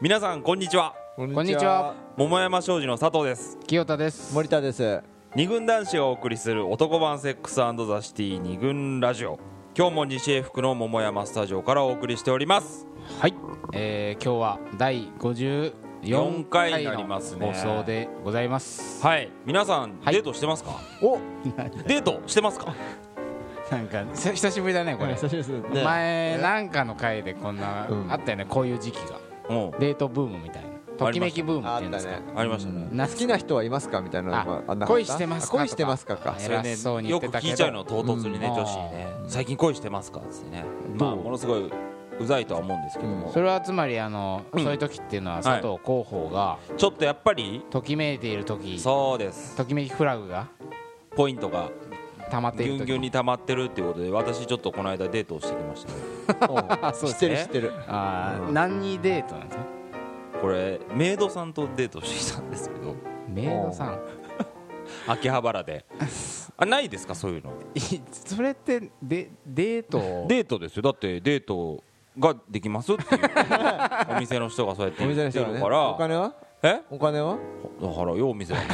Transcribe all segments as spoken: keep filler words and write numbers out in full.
皆さんこんにちは。 こんにちは。 桃山商事の佐藤です。 清田です。 森田です。 二軍男子がお送りする男版セックス&ザシティ二軍ラジオ。今日も西英福の桃山スタジオからお送りしております。 はい、えー、今日はだいごじゅうよんかいの放送でございます。 はい、皆さん、はい、デートしてますか？ おデートしてますか？ なんか久しぶりだねこれ。 久しぶりですね。 前なんかの回でこんな、うん、あったよね、こういう時期が、うん、デートブームみたいな、ときめきブームっていうんですか。 ありましたね。 好きな人はいますかみたいなのがあんなかった。 恋してますか？ 恋してますかか。 それね、そうに言ってたけどよく聞いちゃうの唐突にね、女子にね、最近恋してますかってね、まあものすごいうざいとは思うんですけども、 それはつまりあのそういう時っていうのは佐藤候補がちょっとやっぱりときめいている時、 そうです、 ときめきフラグがポイントが溜まっている時、 ギュンギュンに溜まってるっていうことで、私ちょっとこの間デートをしてきましたね。 知ってる知ってる。 あ、何デートなんですか？ これメイドさんとデートしてきたんですけど。 メイドさん秋葉原であ、ないですかそういうの？ それってデ、デートデートですよ。だってデートができますっていうお店の人がそうやって言ってるから、ね、 お金は？ え？ お金は？ だからよ、お店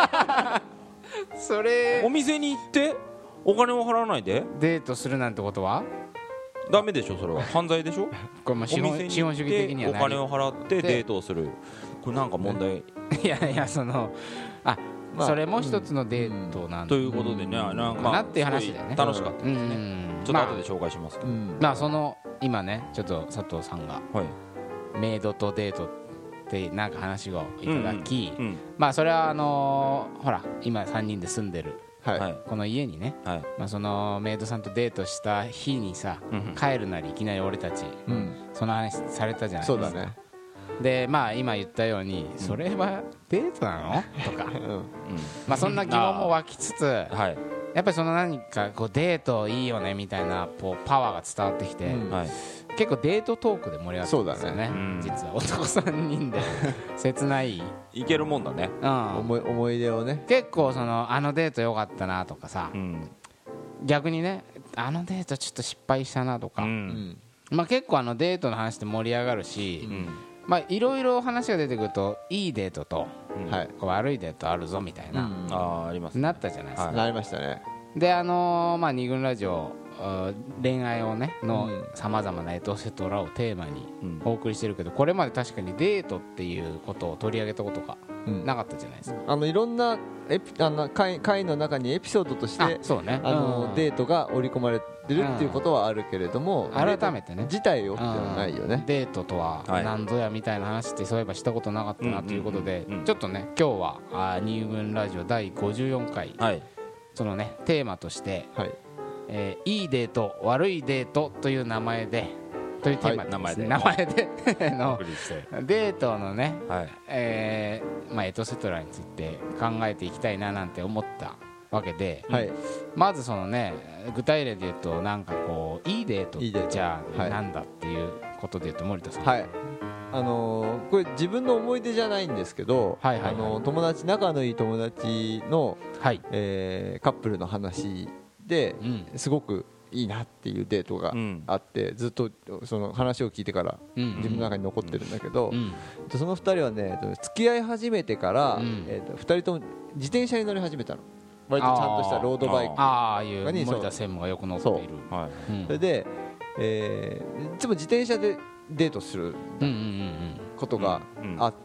それお店に行ってお金を払わないでデートするなんてことはダメでしょ。それは犯罪でしょ。 これも資本資本主義的にはお金を払ってデートをする、これなんか問題。 いやいや、そのあ、まあ、それも一つのデートなんということでね、なんかなっていう話だよね。 楽しかったですね。ちょっと後で紹介しますけど、 まあその今ね、ちょっと佐藤さんがメイドとデートってなんか話をいただき、まあそれはあのほら今さんにんで住んでるこの家にね、まあそのメイドさんとデートした日にさ、帰るなりいきなり俺たちその話されたじゃないですか。 そうだね。 でまあ今言ったように、それはデートなのとか、まあそんな疑問も湧きつつ、やっぱりその何かこうデートいいよねみたいなこうパワーが伝わってきて、結構デートトークで盛り上がってるんですよね。実は男さんにんで切ないいけるもんだね。 思い出をね。 結構そのあのデート良かったなとかさ、逆にねあのデートちょっと失敗したなとか、まあ結構あのデートの話って盛り上がるし、まあいろいろ話が出てくると、いいデートと悪いデートあるぞみたいな、 ああります、 なったじゃないですか。 なりましたね。 であのまあ二軍ラジオ恋愛をねのさまざまなエトセトラをテーマにお送りしてるけど、これまで確かにデートっていうことを取り上げたことがなかったじゃないですか。 あのいろんなエピあの 回, 回の中にエピソードとして、 そうね、 あのデートが織り込まれてるっていうことはあるけれども、 改めてね自体をってはないよね。 デートとは何ぞやみたいな話ってそういえばしたことなかったなということで、ちょっとね今日は二軍ラジオだいごじゅうよんかい、そのねテーマとして、はいえー、いいデート悪いデートという名前でというテーマで、はい、名前でのデートのね、はいえーまあ、エトセトラについて考えていきたいななんて思ったわけで、はい、まずそのね具体例で言うと、なんかこういいデートってじゃあなんだっていうことで言うと、森田さん、はい、 あのー、これ自分の思い出じゃないんですけど、はいはいはい、あのー、友達仲のいい友達の、はいえー、カップルの話ですごくいいなっていうデートがあって、ずっとその話を聞いてから自分の中に残ってるんだけど、そのふたりはね付き合い始めてからえとふたりとも自転車に乗り始めたの。割とちゃんとしたロードバイク、 ああいう森田専務がよく乗っている。 それでえいつも自転車でデートすることがあって、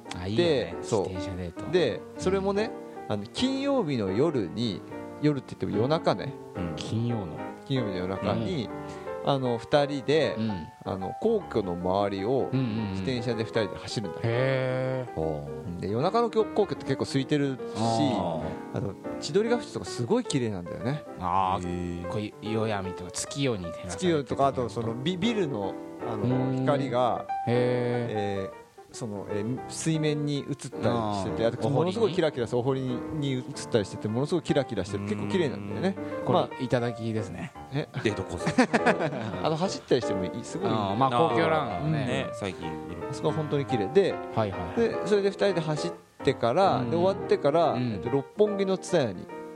そうでそれもねあの金曜日の夜に、夜って言っても夜中ね、 うん、金曜の金曜日の夜中に、うん、あのふたりで、うん、あの皇居の周りを自転車でふたりで走るんだ、うんうん、へー。で夜中の皇居って結構空いてるし、あと千鳥ヶ淵とかすごい綺麗なんだよね。 ああ、こう夜闇とか月夜に照らされてる月夜とか、あとその ビ, ビルの、あの光がへー、えーそのえー、水面に映ったりしてて、あとものすごいキラキラしてお堀に映ったりしてて、ものすごいキラキラしてる、結構綺麗なんだよね。 これ、まあ、いただきですね。 えデートコースあの走ったりしてもいい、すごい、 あ、まあ、公共ランね、ね最近いる。 あそこは本当に綺麗で、はいはい、でそれでふたりで走ってから、うん、で終わってから、うん、六本木のツタヤに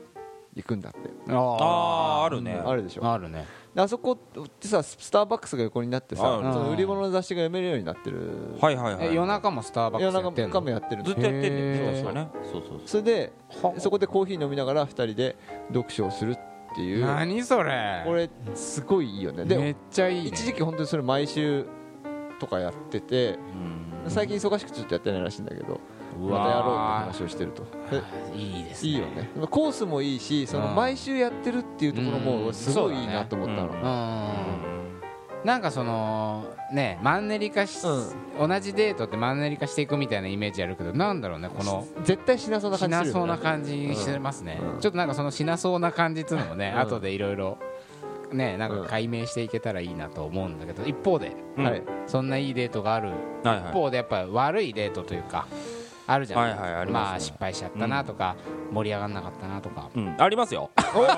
行くんだって。 あああるね、 あるでしょ。 あるね。 あそこってさスターバックスが横になってさ、その売り物の雑誌が読めるようになってる。 はいはいはい。 夜中もスターバックスやってんの？ 夜中もやってる。 ずっとやってんね。そうですね。そうそう。 それでそこでコーヒー飲みながらふたりで読書をするっていう。 何それ。 これすごいいいよね。でめっちゃいいね。 一時期本当にそれ毎週とかやってて、最近忙しくちょっとやってないらしいんだけど、またやろうって話をしてると。 いいですね。 いいよね。コースもいいし、その毎週やってるっていうところもすごいいいなと思ったの。 なんかそのねマンネリ化し、同じデートってマンネリ化していくみたいなイメージあるけど、なんだろうね、この絶対しなそうな感じするよね。 しなそうな感じしてますね。ちょっとなんかそのしなそうな感じっていうのもね、後でいろいろね、なんか解明していけたらいいなと思うんだけど、一方で、うん、そんないいデートがある、はいはい、一方でやっぱり悪いデートというかあるじゃないですか、はいはい、ありますね。まあ失敗しちゃったなとか、うん、盛り上がんなかったなとか、 うん、ありますよ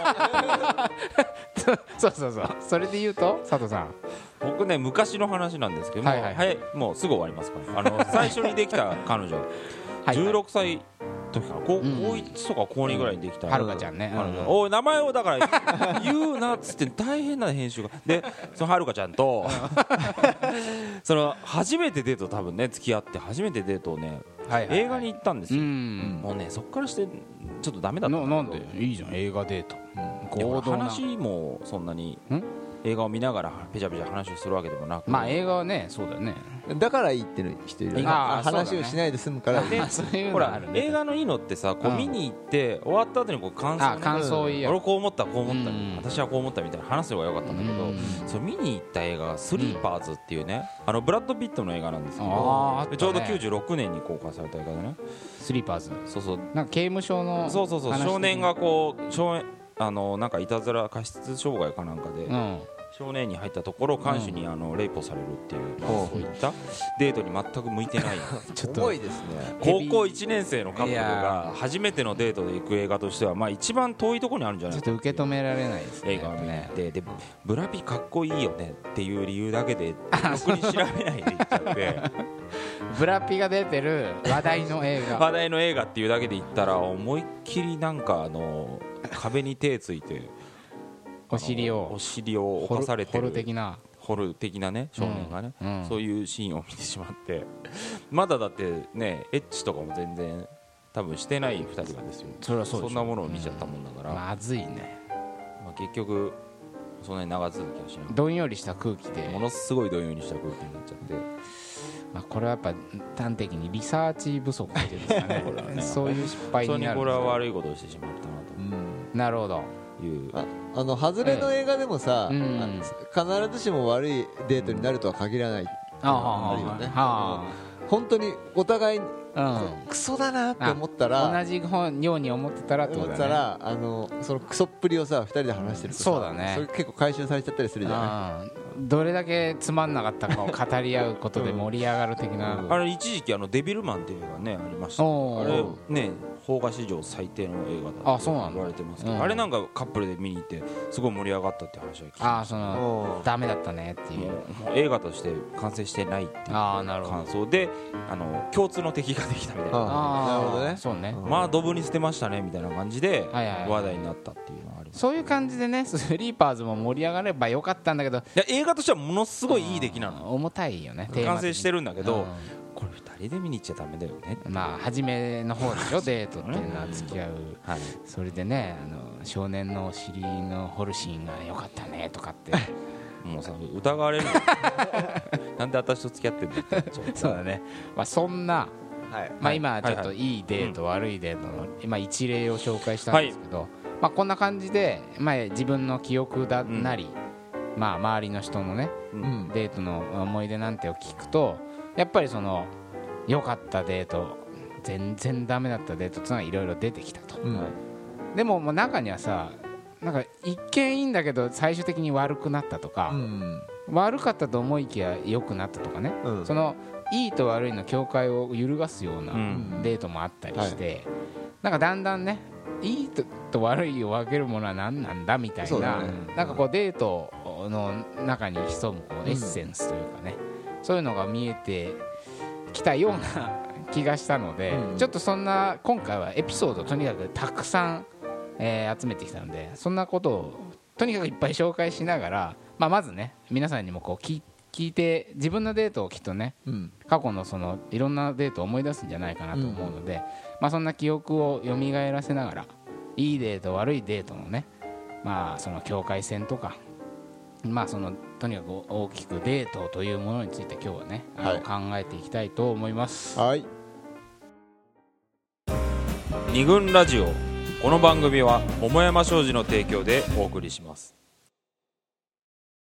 そうそうそう。それで言うと佐藤さん、 僕ね昔の話なんですけども、はいはいはい、もうすぐ終わりますから、あの最初にできた彼女じゅうろくさい時かな、高いちとか高にぐらいにできたはるかちゃんね、 おい名前をだから言うなっつって大変な編集がで、そのはるかちゃんとその初めてデート多分ね付き合って初めてデートをね映画に行ったんですよ。もうねそっからしてちょっとダメだった。 なんでいいじゃん映画デート。 話もそんなに映画を見ながらペチャペチャ話をするわけでもなく、 まあ映画はねそうだよね、 だからいいって人いる。話をしないで済むからいい。 ほら映画のいいのってさ、こう見に行って終わった後にこう感想、 感想言い、 俺こう思ったこう思った私はこう思ったみたいな話せばよかったんだけど、それ見に行った映画がスリーパーズっていうね、あのブラッド・ピットの映画なんですけど、ちょうどきゅうじゅうろくねんに公開された映画でね、 スリーパーズ、 そうそう、 なんか刑務所の、 そうそうそう、少年がこう少年あのなんかいたずら過失傷害かなんかで、うん、少年に入ったところ看守にあのレイプされるっていう、うん、そういったデートに全く向いてないちょっと重いですね。 高校いちねん生のカップルが初めてのデートで行く映画としては、まあ一番遠いところにあるんじゃないかちょっと受け止められないですね。 映画を見に行ってでブラピかっこいいよねっていう理由だけでろくに調べないで行っちゃってブラピが出てる話題の映画話題の映画っていうだけで言ったら思いっきりなんかあの壁に手ついてお尻をお尻を侵されてるホル的なホル的なね少年がね、 うんうん、 そういうシーンを見てしまってまだだってねエッチとかも全然多分してないふたりがですよ。 そ, そ, そんなものを見ちゃったもんだから、 うん、まずいね、 まあ、結局そんなに長続きはしない。 どんよりした空気でものすごいどんよりした空気になっちゃって、 まあ、これはやっぱ端的にリサーチ不足っていうんですかねこれはねそういう失敗になる。 本当にこれは悪いことをしてしまったなと、 うん、なるほど。 いうああの外れの映画でもさ、ええ、うん、必ずしも悪いデートになるとは限らないっていうのがあるよね。本当にお互いにうん、クソだなって思ったら同じように思ってたらってことだね。思ったらあのそのクソっぷりをさふたりで話してるとさ、 そうだね、 それ結構回収されちゃったりするじゃない。 どれだけつまんなかったかを語り合うことで盛り上がる的な、 うん、あれ一時期あのデビルマンっていう映画ねありました、ね、あれね邦画史上最低の映画だと言われてますけど、うん、あれなんかカップルで見に行ってすごい盛り上がったって話は聞きました。 あそのダメだったねっていう、 もう映画として完成してないっていう感想で、あの共通の敵ができたみたいな。 あなるほどね。 そうね。 まあドブに捨てましたねみたいな感じで話題になったっていうのはあります。 そういう感じでねスリーパーズも盛り上がればよかったんだけど、いや映画としてはものすごいいい出来なの。 重たいよね。 完成してるんだけど、これふたりで見に行っちゃダメだよね。 まあ初めの方でしょデートっていうのは付き合う、はい、それでねあの少年のお尻の掘るシーンが良かったねとかってもうさ疑われるなんで私と付き合ってんのってそうだね、まあ、そんな、はいまあ、今ちょっといいデート、はいはい、悪いデートの今一例を紹介したんですけど、はいまあ、こんな感じで、まあ、自分の記憶だなり、うんまあ、周りの人のね、うん、デートの思い出なんてを聞くとやっぱりその良かったデート全然ダメだったデートっていうのがいろいろ出てきたと、うん、でももう中にはさなんか一見いいんだけど最終的に悪くなったとか、うん、悪かったと思いきや良くなったとかね、うん、そのいいと悪いの境界を揺るがすようなデートもあったりして、うんはい、なんかだんだんねいいと、と悪いを分けるものは何なんだみたいな、ね、なんかこうデートの中に潜むこうエッセンスというかね、うん、そういうのが見えてきたような気がしたので、うん、ちょっとそんな今回はエピソードとにかくたくさんえー、集めてきたので、そんなことをとにかくいっぱい紹介しながら、まあ、まずね皆さんにもこう聞聞いて自分のデートをきっとね、うん、過去のそのいろんなデートを思い出すんじゃないかなと思うので、うん、まあ、そんな記憶を蘇らせながらいいデート悪いデートのね、まあ、その境界線とか、まあ、そのとにかく大きくデートというものについて今日はね、はい、考えていきたいと思います。 はい、 二軍ラジオ、この番組は桃山商事の提供でお送りします。